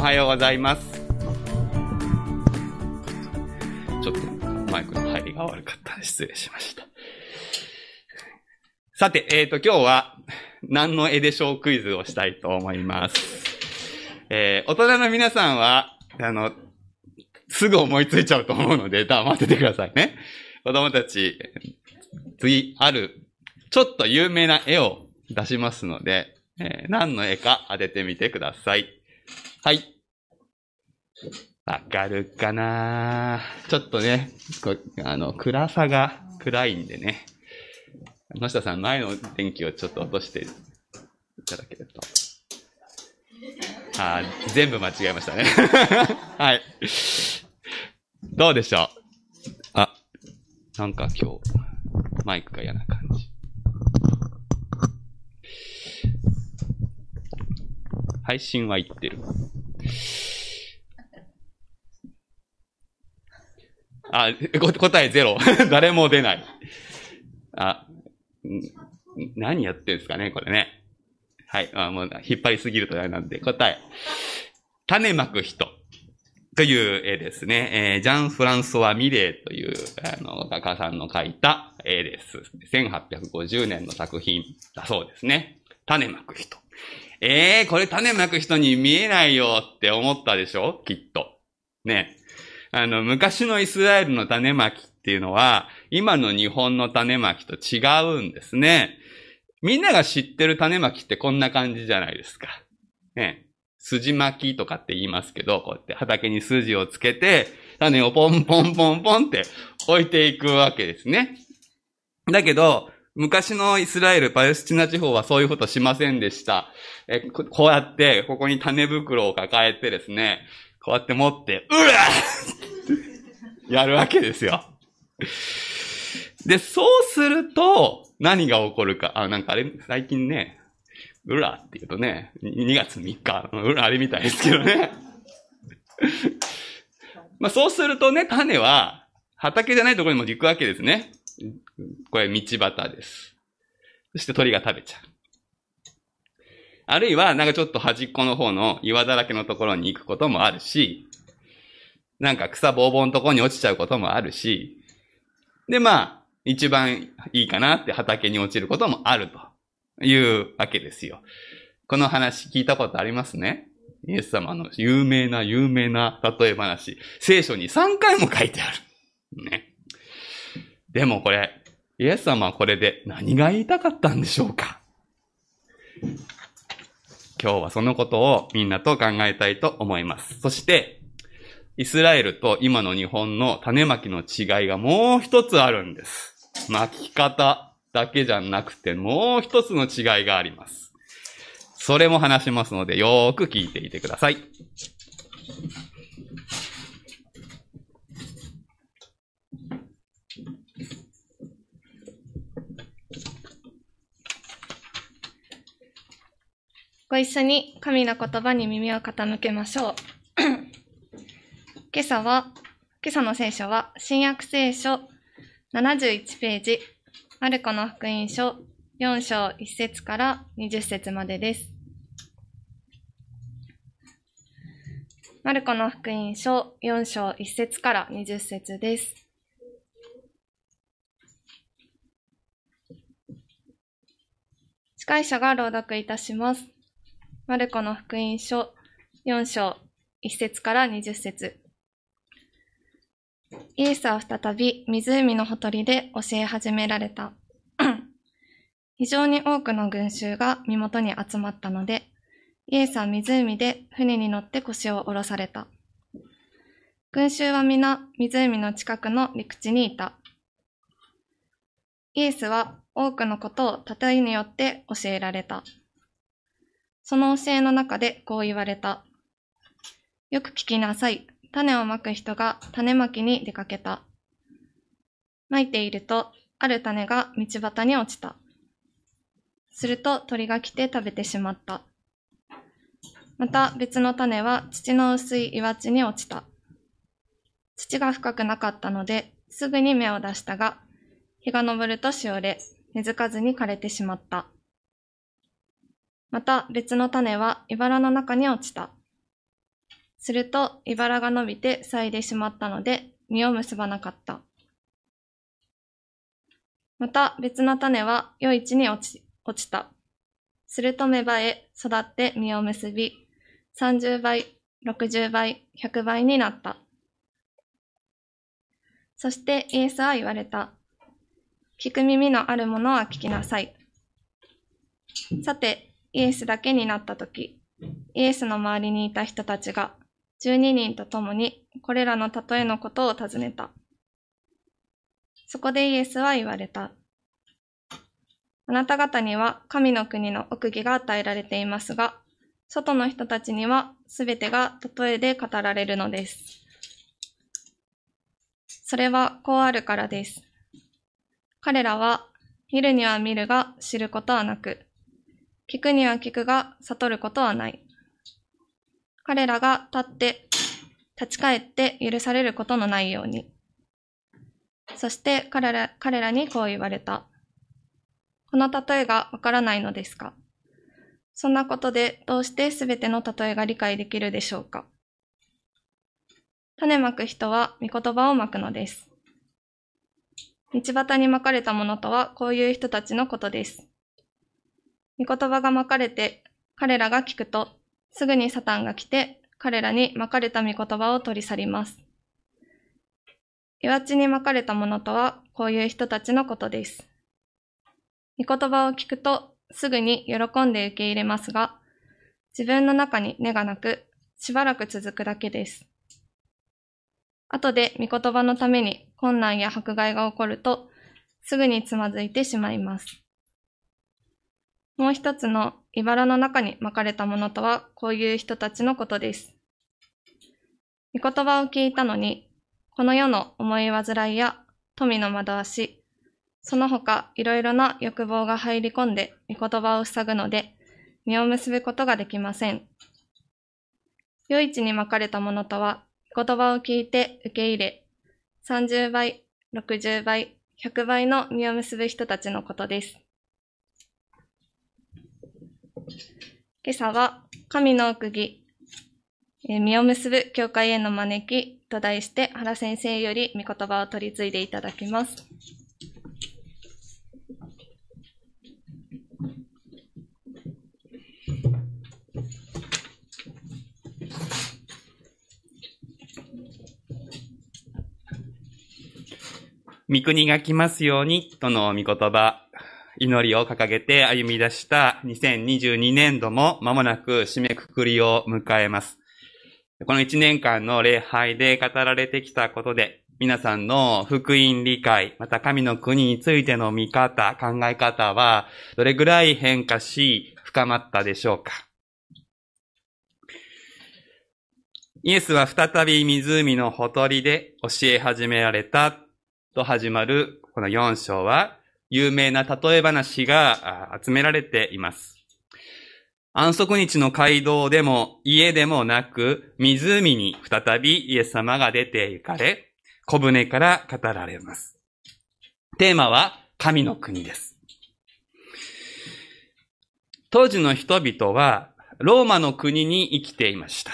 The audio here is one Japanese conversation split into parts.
おはようございます。ちょっとマイクの入りが悪かったので失礼しました。さて、今日は何の絵でしょうクイズをしたいと思います。大人の皆さんは、すぐ思いついちゃうと思うので黙っててくださいね。子供たち、次ちょっと有名な絵を出しますので、何の絵か当ててみてください。はい。わかるかな？ちょっとね、暗さが暗いんでね。野下さん、前の電気をちょっと落としていただけると。全部間違えましたね。はい。どうでしょう？なんか今日、マイクが嫌な感じ。配信は言ってる。答えゼロ。誰も出ない。何やってんですかね、これね。はい。もう引っ張りすぎるとあれなんで、答え。種まく人という絵ですね。ジャン・フランソワ・ミレーという画家さんの描いた絵です。1850年の作品だそうですね。種まく人。これ種まく人に見えないよって思ったでしょ？きっと。ね。昔のイスラエルの種まきっていうのは、今の日本の種まきと違うんですね。みんなが知ってる種まきってこんな感じじゃないですか。ね。筋巻きとかって言いますけど、こうやって畑に筋をつけて、種をポンポンポンポンって置いていくわけですね。だけど、昔のイスラエル、パレスチナ地方はそういうことしませんでした。こうやって、ここに種袋を抱えてですね、こうやって持って、うわーやるわけですよ。で、そうすると、何が起こるか。なんか最近ね、うらって言うとね、2月3日、あれみたいですけどね。そうするとね、種は、畑じゃないところにも行くわけですね。これ道端です。そして鳥が食べちゃう。あるいは、なんかちょっと端っこの方の岩だらけのところに行くこともあるし、なんか草ぼうぼうのところに落ちちゃうこともあるし、で、一番いいかなって畑に落ちることもあるというわけですよ。この話聞いたことありますね。イエス様の有名な例え話。聖書に3回も書いてある。ね。でもこれ、イエス様はこれで何が言いたかったんでしょうか？今日はそのことをみんなと考えたいと思います。そして、イスラエルと今の日本の種まきの違いがもう一つあるんです。巻き方だけじゃなくてもう一つの違いがあります。それも話しますのでよーく聞いていてください。 ご一緒に神の言葉に耳を傾けましょう。今朝の聖書は新約聖書71ページ、マルコの福音書4章1節から20節までです。マルコの福音書4章1節から20節です。司会者が朗読いたします。マルコの福音書4章1節から20節。イエスは再び湖のほとりで教え始められた。非常に多くの群衆が身元に集まったので、イエスは湖で船に乗って腰を下ろされた。群衆は皆湖の近くの陸地にいた。イエスは多くのことを例えによって教えられた。その教えの中でこう言われた。よく聞きなさい。種をまく人が種まきに出かけた。まいていると、ある種が道端に落ちた。すると鳥が来て食べてしまった。また別の種は土の薄い岩地に落ちた。土が深くなかったので、すぐに芽を出したが、日が昇るとしおれ、根付かずに枯れてしまった。また別の種は茨の中に落ちた。 すると、茨が伸びて咲いてしまったので、実を結ばなかった。また別の種は余市に落ちた。すると芽生え、育って実を結び、30倍、60倍、100倍になった。そしてイエスは言われた。聞く耳のあるものは聞きなさい。さて、イエスだけになったとき、イエスの周りにいた人たちが12人と共にこれらの例えのことを尋ねた。そこでイエスは言われた。あなた方には神の国の奥義が与えられていますが、外の人たちにはすべてが例えで語られるのです。それはこうあるからです。彼らは見るには見るが知ることはなく、聞くには聞くが悟ることはない。彼らが立ち返って許されることのないように。そして彼らにこう言われた。この例えがわからないのですか？そんなことでどうしてすべての例えが理解できるでしょうか？種まく人は御言葉をまくのです。道端にまかれたものとはこういう人たちのことです。御言葉がまかれて彼らが聞くと、すぐにサタンが来て彼らにまかれた御言葉を取り去ります。岩地にまかれたものとはこういう人たちのことです。御言葉を聞くとすぐに喜んで受け入れますが、自分の中に根がなく、しばらく続くだけです。後で御言葉のために困難や迫害が起こると、すぐにつまずいてしまいます。もう一つの茨の中にまかれたものとはこういう人たちのことです。御言葉を聞いたのに、この世の思い煩いや富の惑わし、その他いろいろな欲望が入り込んで御言葉を塞ぐので、実を結ぶことができません。余市にまかれたものとは、御言葉を聞いて受け入れ、30倍、60倍、100倍の実を結ぶ人たちのことです。今朝は神の奥義、実を結ぶ教会への招きと題して原先生より御言葉を取り継いでいただきます。 御国が来ますようにとの御言葉、祈りを掲げて歩み出した2022年度も間もなく締めくくりを迎えます。この1年間の礼拝で語られてきたことで、皆さんの福音理解、また神の国についての見方、考え方はどれぐらい変化し深まったでしょうか。イエスは再び湖のほとりで教え始められたと始まるこの4章は有名な例え話が集められています。安息日の街道でも家でもなく湖に再びイエス様が出て行かれ、小舟から語られます。テーマは神の国です。当時の人々はローマの国に生きていました。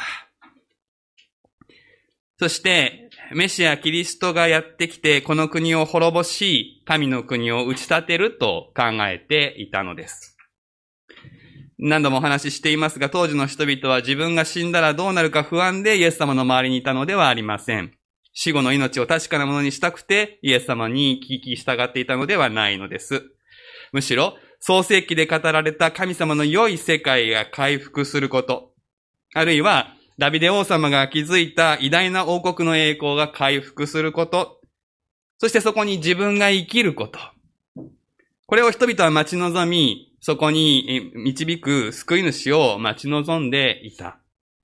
そしてメシアキリストがやってきてこの国を滅ぼし、神の国を打ち立てると考えていたのです。何度もお話ししていますが、当時の人々は自分が死んだらどうなるか不安でイエス様の周りにいたのではありません。死後の命を確かなものにしたくてイエス様に聞き従っていたのではないのです。むしろ創世記で語られた神様の良い世界が回復すること、あるいはダビデ王様が築いた偉大な王国の栄光が回復すること、そしてそこに自分が生きること。これを人々は待ち望み、そこに導く救い主を待ち望んでいた。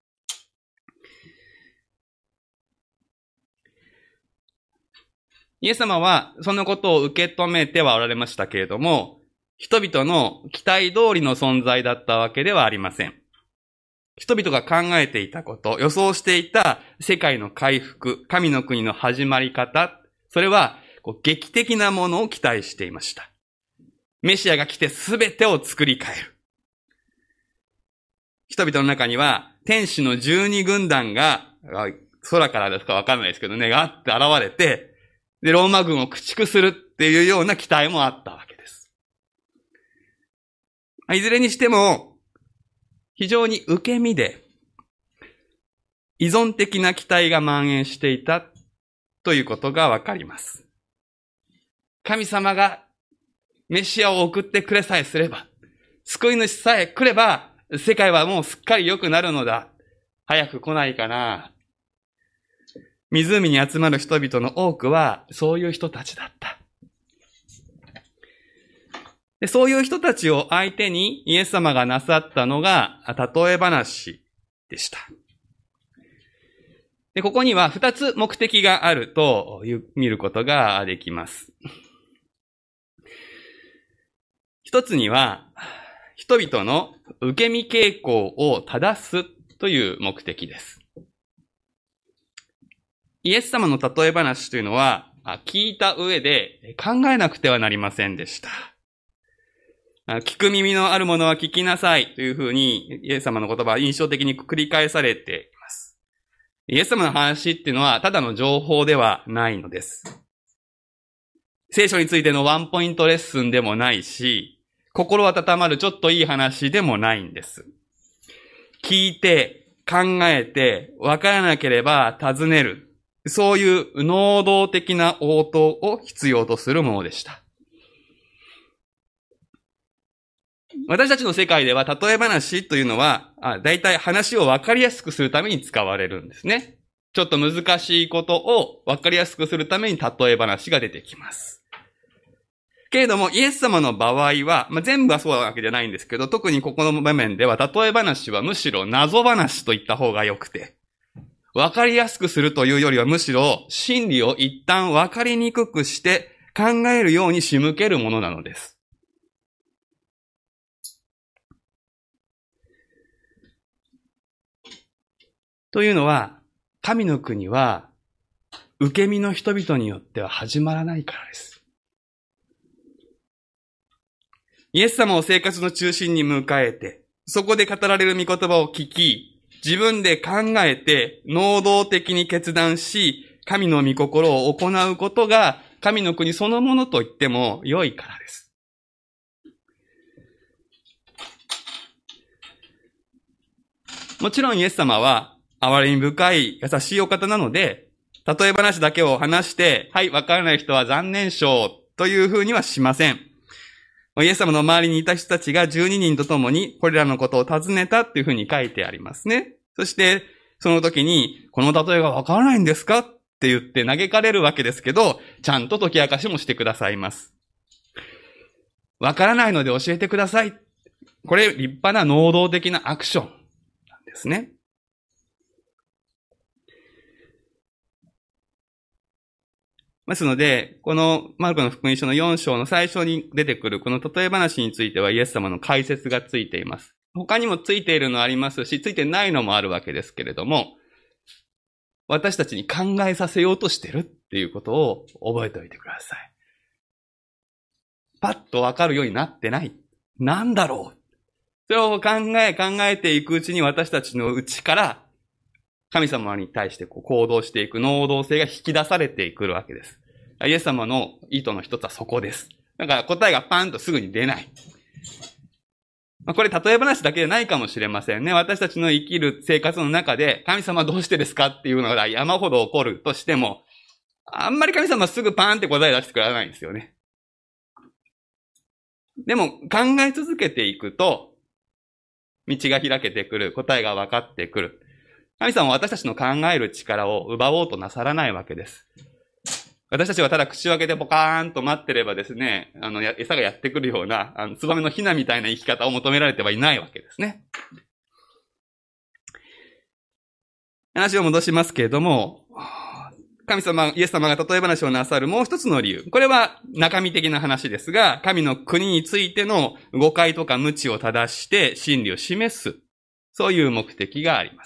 イエス様はそのことを受け止めてはおられましたけれども、人々の期待通りの存在だったわけではありません。人々が考えていたこと、予想していた世界の回復、神の国の始まり方、それは劇的なものを期待していました。メシアが来て全てを作り変える。 人々の中には、天使の12軍団が、空からですかわかんないですけどね、があって現れて、で、ローマ軍を駆逐するっていうような期待もあったわけです。いずれにしても、非常に受け身で、依存的な期待が蔓延していたということがわかります。神様がメシアを送ってくれさえすれば、救い主さえ来れば、世界はもうすっかり良くなるのだ。早く来ないかな。湖に集まる人々の多くは、そういう人たちだった。で、そういう人たちを相手にイエス様がなさったのが、例え話でした。で、ここには2つ目的があると見ることができます。一つには、人々の受け身傾向を正すという目的です。イエス様の例え話というのは、聞いた上で考えなくてはなりませんでした。聞く耳のあるものは聞きなさいというふうに、イエス様の言葉は印象的に繰り返されています。イエス様の話っていうのはただの情報ではないのです。聖書についてのワンポイントレッスンでもないし、心温まるちょっといい話でもないんです。聞いて、考えて、わからなければ尋ねる。そういう能動的な応答を必要とするものでした。私たちの世界では例え話というのは、だいたい話をわかりやすくするために使われるんですね。ちょっと難しいことをわかりやすくするために例え話が出てきます。けれども、イエス様の場合は、全部はそうなわけじゃないんですけど、特にここの場面では、例え話はむしろ謎話と言った方が良くて、わかりやすくするというよりはむしろ真理を一旦わかりにくくして考えるように仕向けるものなのです。というのは、神の国は受け身の人々によっては始まらないからです。イエス様を生活の中心に迎えて、そこで語られる御言葉を聞き、自分で考えて、能動的に決断し、神の御心を行うことが、神の国そのものと言っても良いからです。もちろんイエス様は、憐れみ深い優しいお方なので、例え話だけを話して、はい、わからない人は残念賞というふうにはしません。イエス様の周りにいた人たちが12人と共にこれらのことを尋ねたっていうふうに書いてありますね。そして、その時に、この例えがわからないんですかって言って嘆かれるわけですけど、ちゃんと解き明かしもしてくださいます。わからないので教えてください。これ立派な能動的なアクションなんですね。ですので、このマルコの福音書の4章の最初に出てくるこの例え話についてはイエス様の解説がついています。他にもついているのありますし、ついてないのもあるわけですけれども、私たちに考えさせようとしてるっていうことを覚えておいてください。パッとわかるようになってない。なんだろう。それを考えていくうちに私たちの内から神様に対して行動していく能動性が引き出されてくるわけです。イエス様の意図の一つはそこです。だから答えがパンとすぐに出ない。これ例え話だけでないかもしれませんね。私たちの生きる生活の中で神様どうしてですかっていうのが山ほど起こるとしても、あんまり神様はすぐパーンって答え出してくれないんですよね。でも考え続けていくと、道が開けてくる、答えが分かってくる。神様は私たちの考える力を奪おうとなさらないわけです。私たちはただ口を開けてポカーンと待ってればですね、餌がやってくるような、ツバメのヒナみたいな生き方を求められてはいないわけですね。話を戻しますけれども、神様、イエス様が例え話をなさるもう一つの理由。これは中身的な話ですが、神の国についての誤解とか無知を正して真理を示す。そういう目的があります。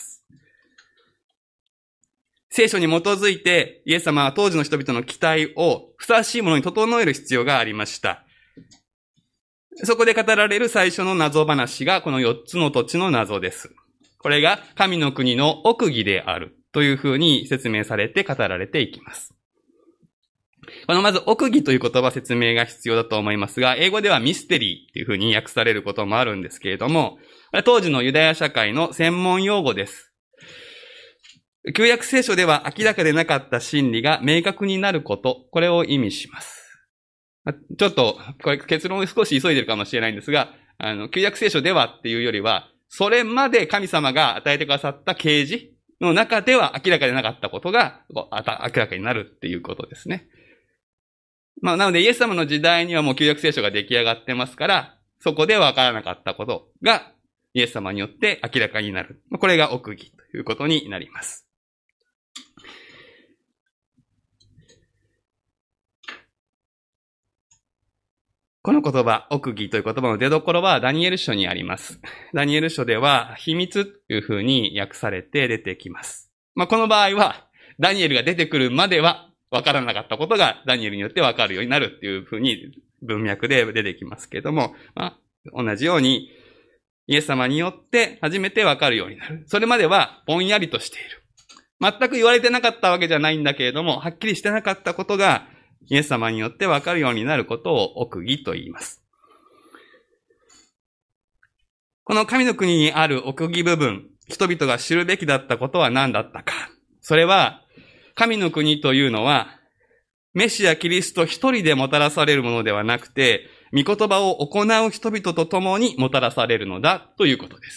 聖書に基づいて、イエス様は当時の人々の期待をふさわしいものに整える必要がありました。 そこで語られる最初の謎話がこの4つの土地の謎です。これが神の国の奥義であるというふうに説明されて語られていきます。このまず奥義という言葉説明が必要だと思いますが、英語ではミステリーというふうに訳されることもあるんですけれども、当時のユダヤ社会の専門用語です。旧約聖書では明らかでなかった真理が明確になること、これを意味します。ちょっと、これ結論を少し急いでるかもしれないんですが、旧約聖書ではっていうよりは、それまで神様が与えてくださった啓示の中では明らかでなかったことが明らかになるっていうことですね。なのでイエス様の時代にはもう旧約聖書が出来上がってますから、そこでわからなかったことがイエス様によって明らかになる。これが奥義ということになります。この言葉、奥義という言葉の出所はダニエル書にあります。ダニエル書では秘密というふうに訳されて出てきます。この場合は、ダニエルが出てくるまでは分からなかったことがダニエルによって分かるようになるっていうふうに文脈で出てきますけれども、同じようにイエス様によって初めて分かるようになる。それまではぼんやりとしている。全く言われてなかったわけじゃないんだけれども、はっきりしてなかったことがイエス様によって分かるようになることを奥義と言います。この神の国にある奥義部分、人々が知るべきだったことは何だったか。それは、神の国というのは、メシアキリスト一人でもたらされるものではなくて、御言葉を行う人々と共にもたらされるのだということです。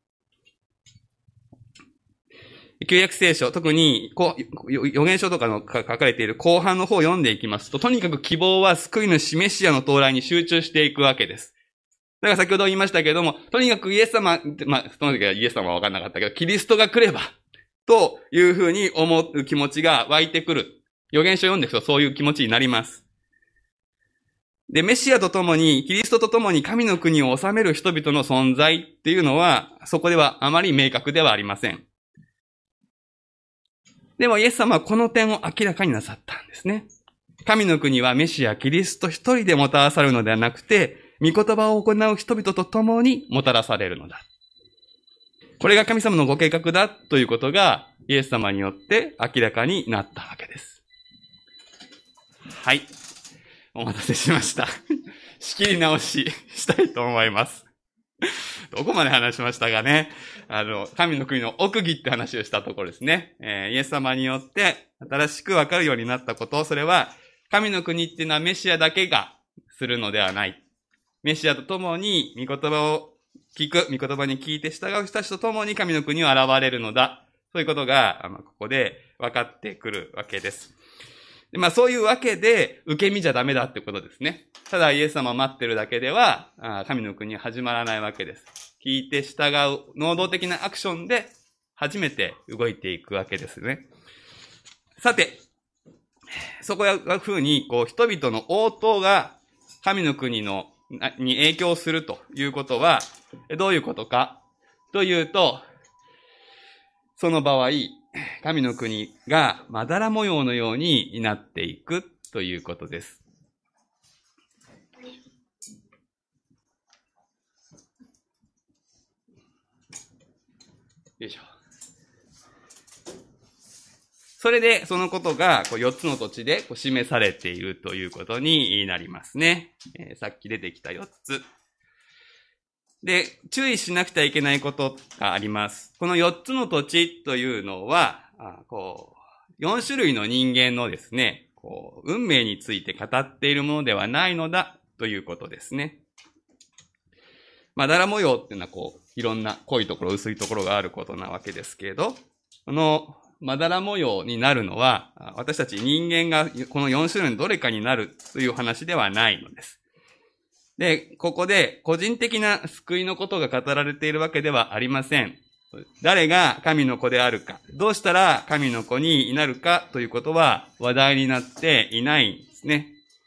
旧約聖書、特に預言書とかの書かれている後半の方を読んでいきますと、とにかく希望は救い主メシアの到来に集中していくわけです。だから先ほど言いましたけれども、とにかくイエス様、その時はイエス様は分からなかったけど、キリストが来れば、というふうに思う気持ちが湧いてくる。預言書を読んでいくとそういう気持ちになります。で、メシアと共に、キリストと共に神の国を治める人々の存在っていうのは、そこではあまり明確ではありません。でもイエス様はこの点を明らかになさったんですね。神の国はメシア、キリスト一人でもたらされるのではなくて、御言葉を行う人々と共にもたらされるのだ。これが神様のご計画だということがイエス様によって明らかになったわけです。はい。お待たせしました。仕切り直ししたいと思います。どこまで話しましたかね。神の国の奥義って話をしたところですね。イエス様によって新しくわかるようになったこと、それは神の国っていうのはメシアだけがするのではない。メシアと共に御言葉を聞く、御言葉に聞いて従う人たちと共に神の国を現れるのだ。そういうことが、ここで分かってくるわけです。でそういうわけで、受け身じゃダメだってことですね。ただイエス様を待ってるだけでは、神の国は始まらないわけです。聞いて従う能動的なアクションで、初めて動いていくわけですね。さて、そこいうふうに、人々の応答が神の国に影響するということは、どういうことかというと、その場合、神の国がまだら模様のようになっていくということです。よいしょ。それで、そのことが4つの土地で示されているということになりますね。さっき出てきた4つ。で、注意しなくてはいけないことがあります。この4つの土地というのは、4種類の人間のですね、運命について語っているものではないのだということですね。まだら模様っていうのはいろんな濃いところ、薄いところがあることなわけですけれど、このまだら模様になるのは、私たち人間がこの4種類のどれかになるという話ではないのです。で、ここで個人的な救いのことが語られているわけではありません。誰が神の子であるか、どうしたら神の子になるかということは話題になっていないんですね。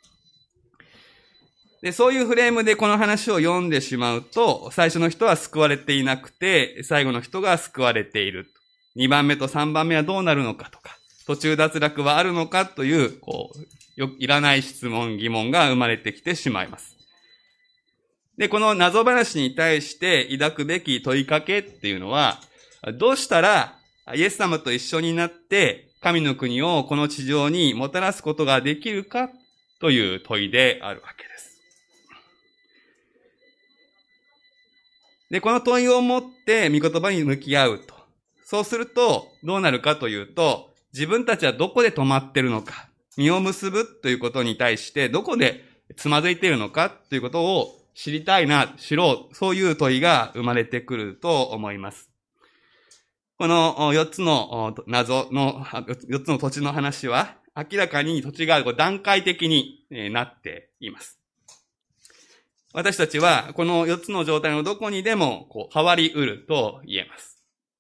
で、そういうフレームでこの話を読んでしまうと、最初の人は救われていなくて、最後の人が救われている。2番目と3番目はどうなるのかとか、途中脱落はあるのかという、いらない質問、疑問が生まれてきてしまいます。 で、この謎話に対して抱くべき問いかけっていうのは、どうしたらイエス様と一緒になって神の国をこの地上にもたらすことができるかという問いであるわけです。で、この問いを持って御言葉に向き合うと。そうするとどうなるかというと、自分たちはどこで止まっているのか、実を結ぶということに対してどこでつまずいているのかということを知りたいな、知ろう、そういう問いが生まれてくると思います。この4つの謎の、4つの土地の話は、明らかに土地が段階的になっています。私たちは、この4つの状態のどこにでも変わり得ると言えます。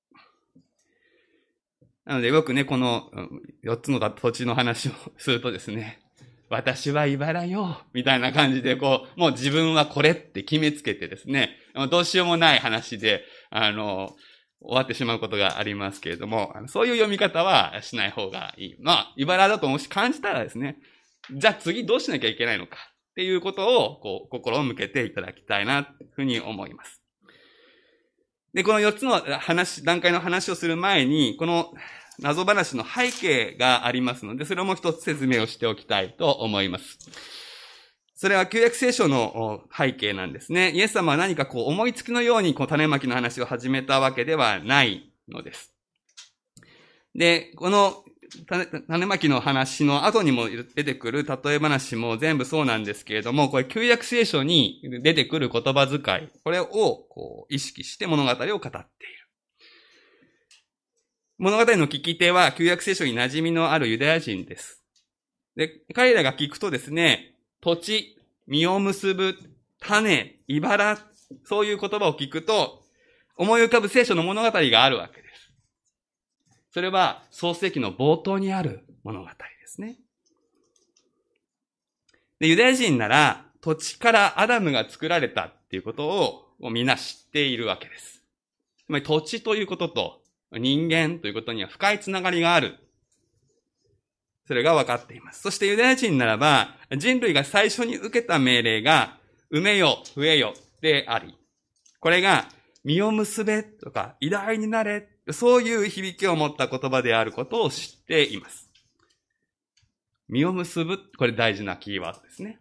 なので、よくね、この4つの土地の話をするとですね、私は茨よ、みたいな感じで、もう自分はこれって決めつけてですね、どうしようもない話で、終わってしまうことがありますけれども、そういう読み方はしない方がいい。茨だともし感じたらですね、じゃあ次どうしなきゃいけないのかっていうことを、心を向けていただきたいな、というふうに思います。で、この4つの段階の話をする前に、この謎話の背景がありますので、それをもう一つ説明をしておきたいと思います。それは旧約聖書の背景なんですね。イエス様は何か思いつきのように種まきの話を始めたわけではないのです。で、この種まきの話の後にも出てくる例え話も全部そうなんですけれども、これ旧約聖書に出てくる言葉遣い、これを意識して物語を語っている。物語の聞き手は旧約聖書に馴染みのあるユダヤ人です。で、彼らが聞くとですね、土地、実を結ぶ、種、茨、そういう言葉を聞くと、思い浮かぶ聖書の物語があるわけです。それは創世記の冒頭にある物語ですね。で、ユダヤ人なら土地からアダムが作られたっていうことをみんな知っているわけです。つまり土地ということと人間ということには深いつながりがある。それが分かっています。そしてユダヤ人ならば、人類が最初に受けた命令が、産めよ、増えよであり、これが、実を結べとか、偉大になれ、そういう響きを持った言葉であることを知っています。実を結ぶ、これ大事なキーワードですね。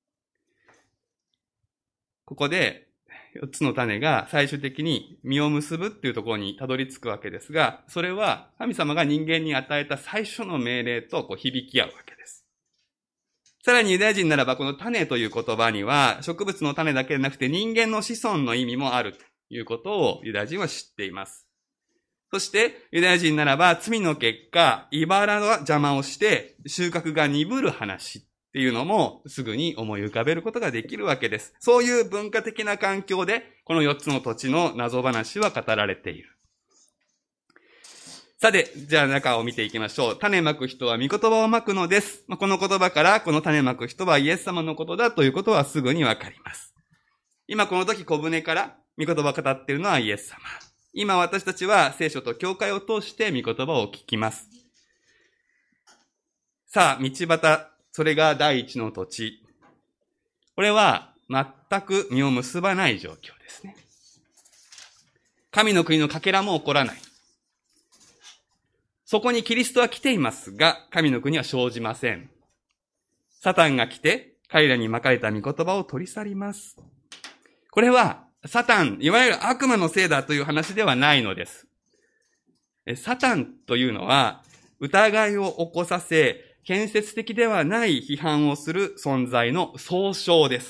ここで、4つの種が最終的に実を結ぶっていうところにたどり着くわけですが、それは神様が人間に与えた最初の命令と響き合うわけです。さらにユダヤ人ならばこの種という言葉には植物の種だけでなくて人間の子孫の意味もあるということをユダヤ人は知っています。そしてユダヤ人ならば罪の結果、茨が邪魔をして収穫が鈍る話っていうのもすぐに思い浮かべることができるわけです。そういう文化的な環境でこの4つの土地の謎話は語られている。さて、じゃあ中を見ていきましょう。種まく人は御言葉をまくのです。この言葉からこの種まく人はイエス様のことだということはすぐにわかります。今この時小舟から御言葉を語っているのはイエス様。今私たちは聖書と教会を通して御言葉を聞きます。さあ、道端、それが第一の土地。これは全く実を結ばない状況ですね。神の国のかけらも起こらない。そこにキリストは来ていますが、神の国は生じません。サタンが来て、彼らにまかれた御言葉を取り去ります。これは、サタン、いわゆる悪魔のせいだという話ではないのです。サタンというのは、疑いを起こさせ、建設的ではない批判をする存在の総称です。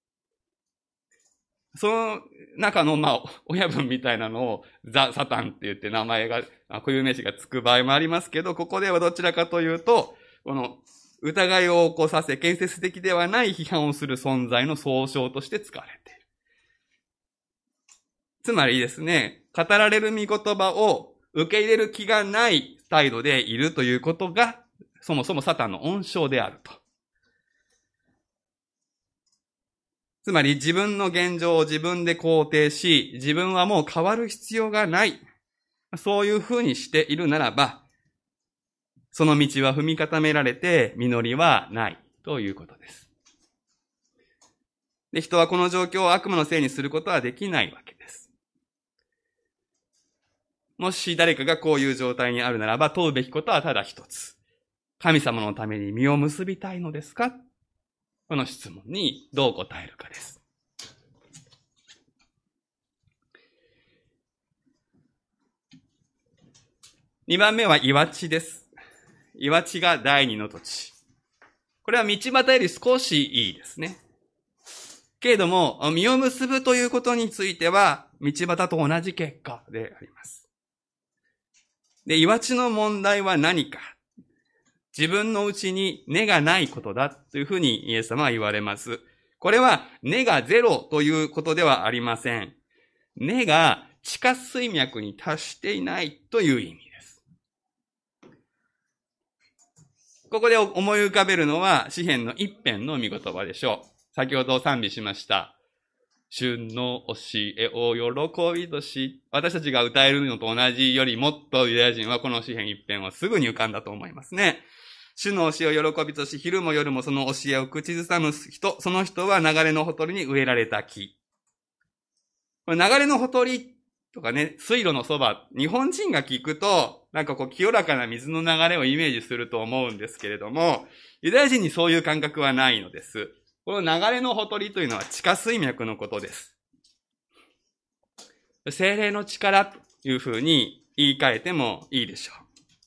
その中の、親分みたいなのをサタンって言って名前が、固有名詞がつく場合もありますけど、ここではどちらかというと、この疑いを起こさせ、建設的ではない批判をする存在の総称として使われている。つまりですね、語られる御言葉を受け入れる気がない態度でいるということが、そもそもサタンの温床であると。つまり自分の現状を自分で肯定し、自分はもう変わる必要がない。そういうふうにしているならば、その道は踏み固められて実りはないということです。 で、人はこの状況を悪魔のせいにすることはできないわけです。もし誰かがこういう状態にあるならば、問うべきことはただ一つ。神様のために実を結びたいのですか？この質問にどう答えるかです。2番目は岩地です。岩地が第二の土地。これは道端より少しいいですね。けれども、実を結ぶということについては、道端と同じ結果であります。で、岩地の問題は何か。自分のうちに根がないことだというふうにイエス様は言われます。これは根がゼロということではありません。根が地下水脈に達していないという意味です。ここで思い浮かべるのは詩編の一編の御言葉でしょう。先ほど賛美しました。主の教えを喜びとし、私たちが歌えるのと同じよりもっとユダヤ人はこの詩編一編をすぐに浮かんだと思いますね。主の教えを喜びとし、昼も夜もその教えを口ずさむ人、その人は流れのほとりに植えられた木。これ流れのほとりとかね、水路のそば、日本人が聞くと、なんかこう清らかな水の流れをイメージすると思うんですけれども、ユダヤ人にそういう感覚はないのです。この流れのほとりというのは地下水脈のことです。聖霊の力というふうに言い換えてもいいでしょう。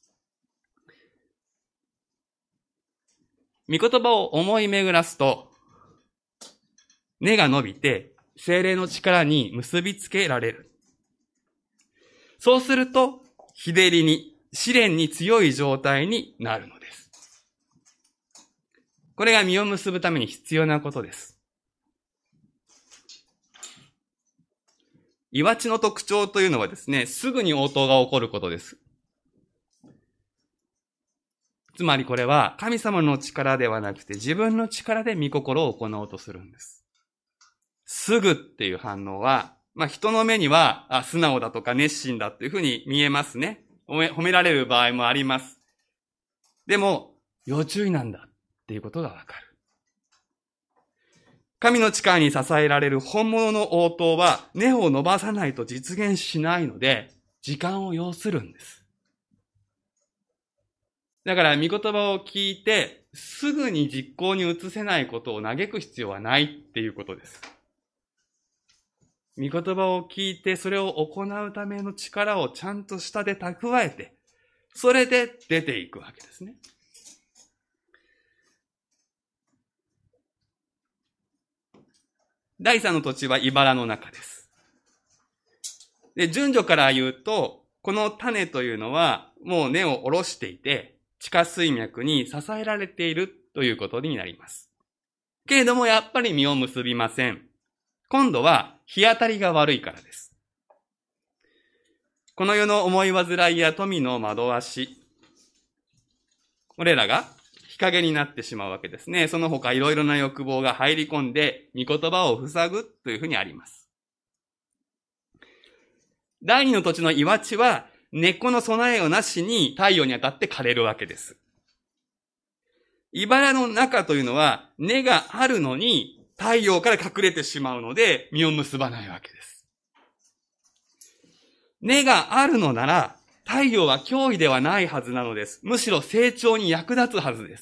御言葉を思い巡らすと、根が伸びて聖霊の力に結びつけられる。そうすると、日照りに、試練に強い状態になるのです。これが実を結ぶために必要なことです。岩地の特徴というのはですね、すぐに応答が起こることです。つまりこれは神様の力ではなくて自分の力で御心を行おうとするんです。すぐっていう反応は、人の目には素直だとか熱心だっていうふうに見えますね。褒められる場合もあります。でも、要注意なんだっていうことがわかる。神の力に支えられる本物の応答は根を伸ばさないと実現しないので、時間を要するんです。だから、御言葉を聞いて、すぐに実行に移せないことを嘆く必要はないっていうことです。御言葉を聞いて、それを行うための力をちゃんと下で蓄えて、それで出ていくわけですね。第三の土地は茨の中です。で、順序から言うと、この種というのは、もう根を下ろしていて、地下水脈に支えられているということになります。けれどもやっぱり実を結びません。今度は日当たりが悪いからです。この世の思い煩いや富の惑わし、これらが日陰になってしまうわけですね。その他いろいろな欲望が入り込んで、御言葉を塞ぐというふうにあります。第二の土地の岩地は、根っこの備えをなしに太陽に当たって枯れるわけです。茨の中というのは根があるのに太陽から隠れてしまうので実を結ばないわけです。根があるのなら太陽は脅威ではないはずなのです。むしろ成長に役立つはずです。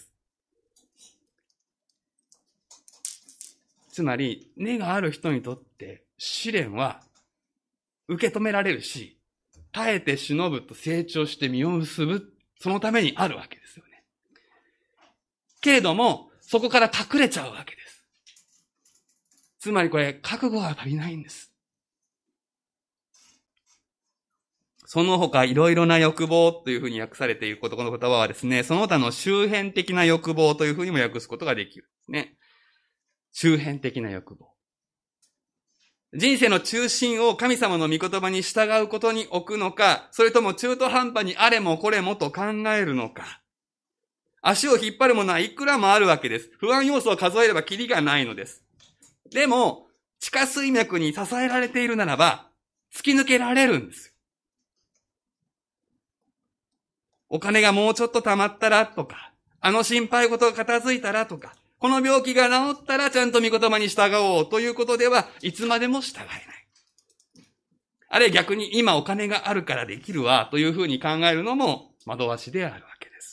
つまり根がある人にとって試練は受け止められるし、耐えて忍ぶと成長して実を結ぶ、そのためにあるわけですよね。けれども、そこから隠れちゃうわけです。つまりこれ、覚悟が足りないんです。その他、いろいろな欲望というふうに訳されているこの言葉はですね、その他の周辺的な欲望というふうにも訳すことができるんですね。周辺的な欲望。人生の中心を神様の御言葉に従うことに置くのか、それとも中途半端にあれもこれもと考えるのか。足を引っ張るものはいくらもあるわけです。不安要素を数えればキリがないのです。でも、地下水脈に支えられているならば、突き抜けられるんです。お金がもうちょっと貯まったらとか、あの心配事が片付いたらとか、 この病気が治ったらちゃんと御言葉に従おうということではいつまでも従えない。あるいは逆に今お金があるからできるわというふうに考えるのも惑わしであるわけです。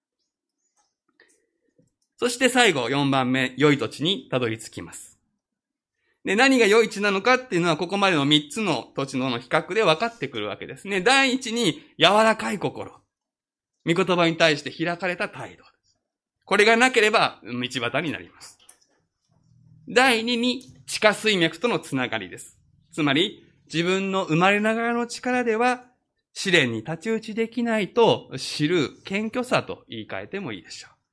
そして最後4番目、良い土地にたどり着きます。で、何が良い地なのかっていうのはここまでの3つの土地の比較で分かってくるわけですね。第一に柔らかい心。御言葉に対して開かれた態度。これがなければ道端になります。第二に地下水脈とのつながりです。つまり自分の生まれながらの力では試練に太刀打ちできないと知る謙虚さと言い換えてもいいでしょう。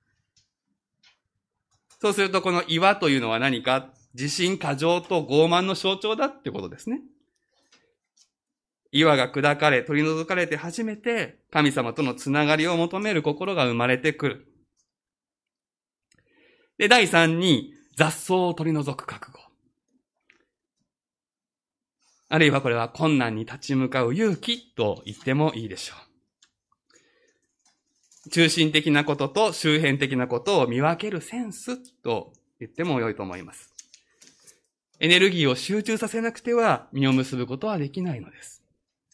そうするとこの岩というのは何か、自信過剰と傲慢の象徴だってことですね。岩が砕かれ、取り除かれて初めて神様とのつながりを求める心が生まれてくる。で、第三に雑草を取り除く覚悟。あるいはこれは困難に立ち向かう勇気と言ってもいいでしょう。中心的なことと周辺的なことを見分けるセンスと言っても良いと思います。エネルギーを集中させなくては実を結ぶことはできないのです。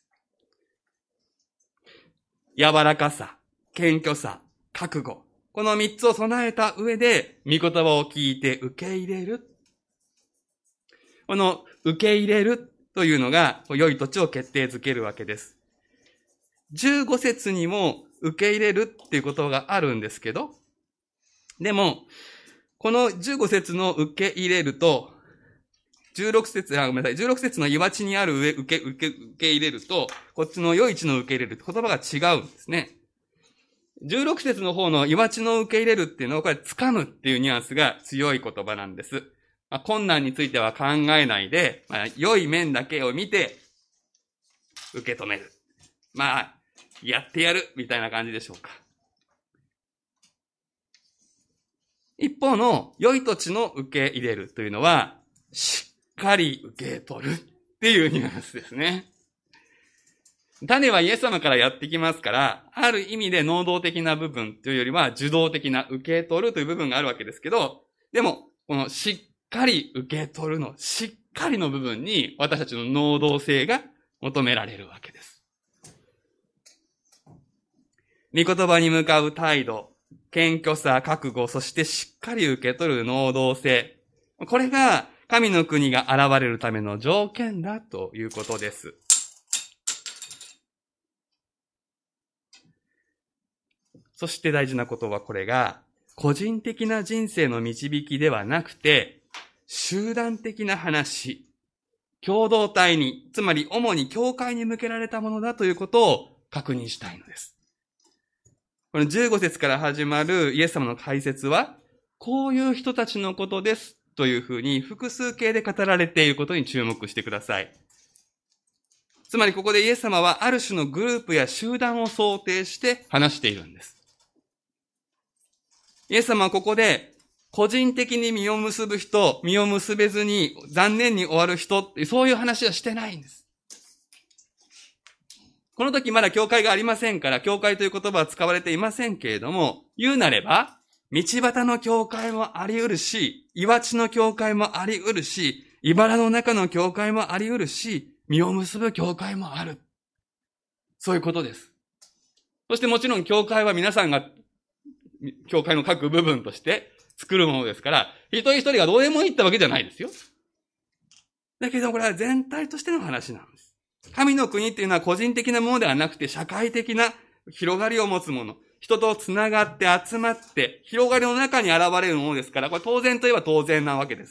柔らかさ、謙虚さ、覚悟。この3つを備えた上で、御言葉を聞いて受け入れる。この受け入れるというのが、良い土地を決定づけるわけです。15節にも受け入れるっていうことがあるんですけど、でも、この15節の受け入れると、16節の岩地にある受け入れると、こっちの良い地の受け入れるって言葉が違うんですね。16節の方の岩地の受け入れるっていうのは、これ掴むっていうニュアンスが強い言葉なんです。困難については考えないで、良い面だけを見て、受け止める。やってやるみたいな感じでしょうか。一方の良い土地の受け入れるというのは、しっかり受け取るっていうニュアンスですね。種はイエス様からやってきますから、ある意味で能動的な部分というよりは受動的な受け取るという部分があるわけですけど、でも、このしっかり受け取るの、しっかりの部分に私たちの能動性が求められるわけです。御言葉に向かう態度、謙虚さ、覚悟、そしてしっかり受け取る能動性。これが神の国が現れるための条件だということです。そして大事なことはこれが個人的な人生の導きではなくて集団的な話、共同体に、つまり主に教会に向けられたものだということを確認したいのです。この15節から始まるイエス様の解説は、こういう人たちのことですというふうに複数形で語られていることに注目してください。つまりここでイエス様はある種のグループや集団を想定して話しているんです。イエス様はここで個人的に実を結ぶ人、実を結べずに残念に終わる人、そういう話はしてないんです。この時まだ教会がありませんから、教会という言葉は使われていませんけれども、言うなれば、道端の教会もあり得るし、岩地の教会もあり得るし、茨の中の教会もあり得るし、実を結ぶ教会もある。そういうことです。そしてもちろん教会は皆さんが、教会の各部分として作るものですから、一人一人がどうでもいいってわけじゃないですよ。だけどこれは全体としての話なんです。神の国っていうのは個人的なものではなくて社会的な広がりを持つもの。人とつながって集まって広がりの中に現れるものですから、これ当然といえば当然なわけです。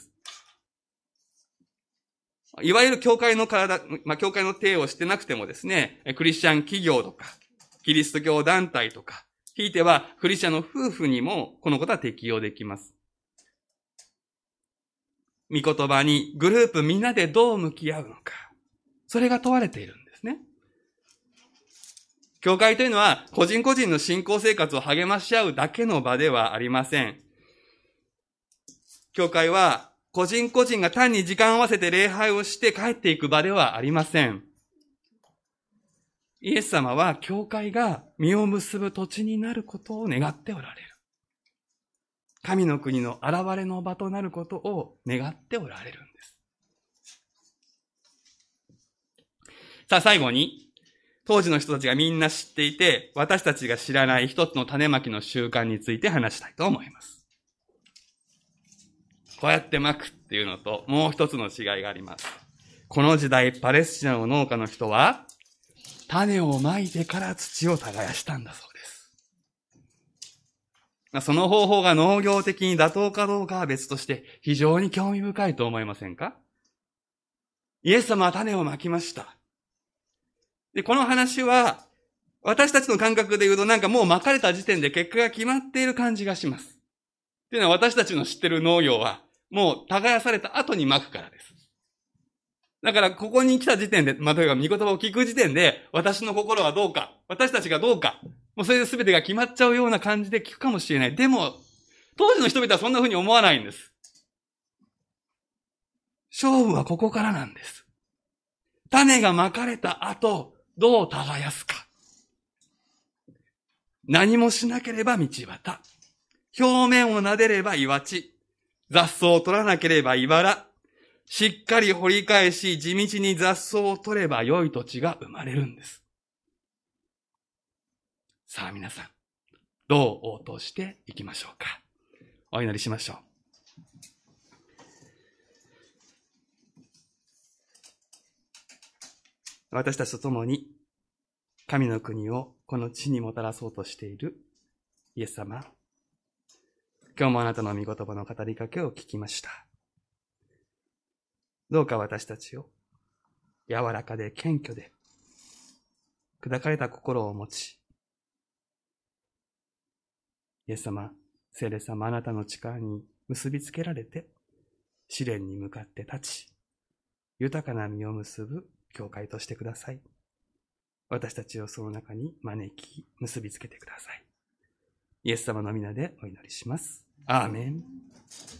いわゆる教会の教会の体をしてなくてもですね、クリスチャン企業とか、キリスト教団体とか、ひいてはクリスチャンの夫婦にもこのことは適用できます。御言葉にグループみんなでどう向き合うのか。それが問われているんですね。教会というのは個人個人の信仰生活を励まし合うだけの場ではありません。教会は個人個人が単に時間を合わせて礼拝をして帰っていく場ではありません。イエス様は教会が実を結ぶ土地になることを願っておられる。 神の国の現れの場となることを願っておられるんです。さあ最後に、当時の人たちがみんな知っていて、私たちが知らない一つの種まきの習慣について話したいと思います。こうやってまくっていうのと、もう一つの違いがあります。この時代、パレスチナの農家の人は、種をまいてから土を耕したんだそうです。その方法が農業的に妥当かどうかは別として、非常に興味深いと思いませんか？イエス様は種をまきました。で、この話は、私たちの感覚で言うとなんかもうまかれた時点で結果が決まっている感じがします。っていうのは私たちの知ってる農業は、もう耕された後にまくからです。だからここに来た時点で、とにかく御言葉を聞く時点で、私の心はどうか、私たちがどうか、もうそれで全てが決まっちゃうような感じで聞くかもしれない。でも、当時の人々はそんな風に思わないんです。勝負はここからなんです。種がまかれた後、どう耕すか。何もしなければ道端。表面を撫でれば岩地。雑草を取らなければ茨。しっかり掘り返し、地道に雑草を取れば良い土地が生まれるんです。さあ皆さん、どう応答していきましょうか。お祈りしましょう。私たちと共に神の国をこの地にもたらそうとしているイエス様、今日もあなたの御言葉の語りかけを聞きました。どうか私たちを柔らかで謙虚で砕かれた心を持ち、イエス様、聖霊様、あなたの力に結びつけられて試練に向かって立ち、豊かな実を結ぶ教会としてください。私たちをその中に招き、結びつけてください。イエス様の皆でお祈りします。アーメン。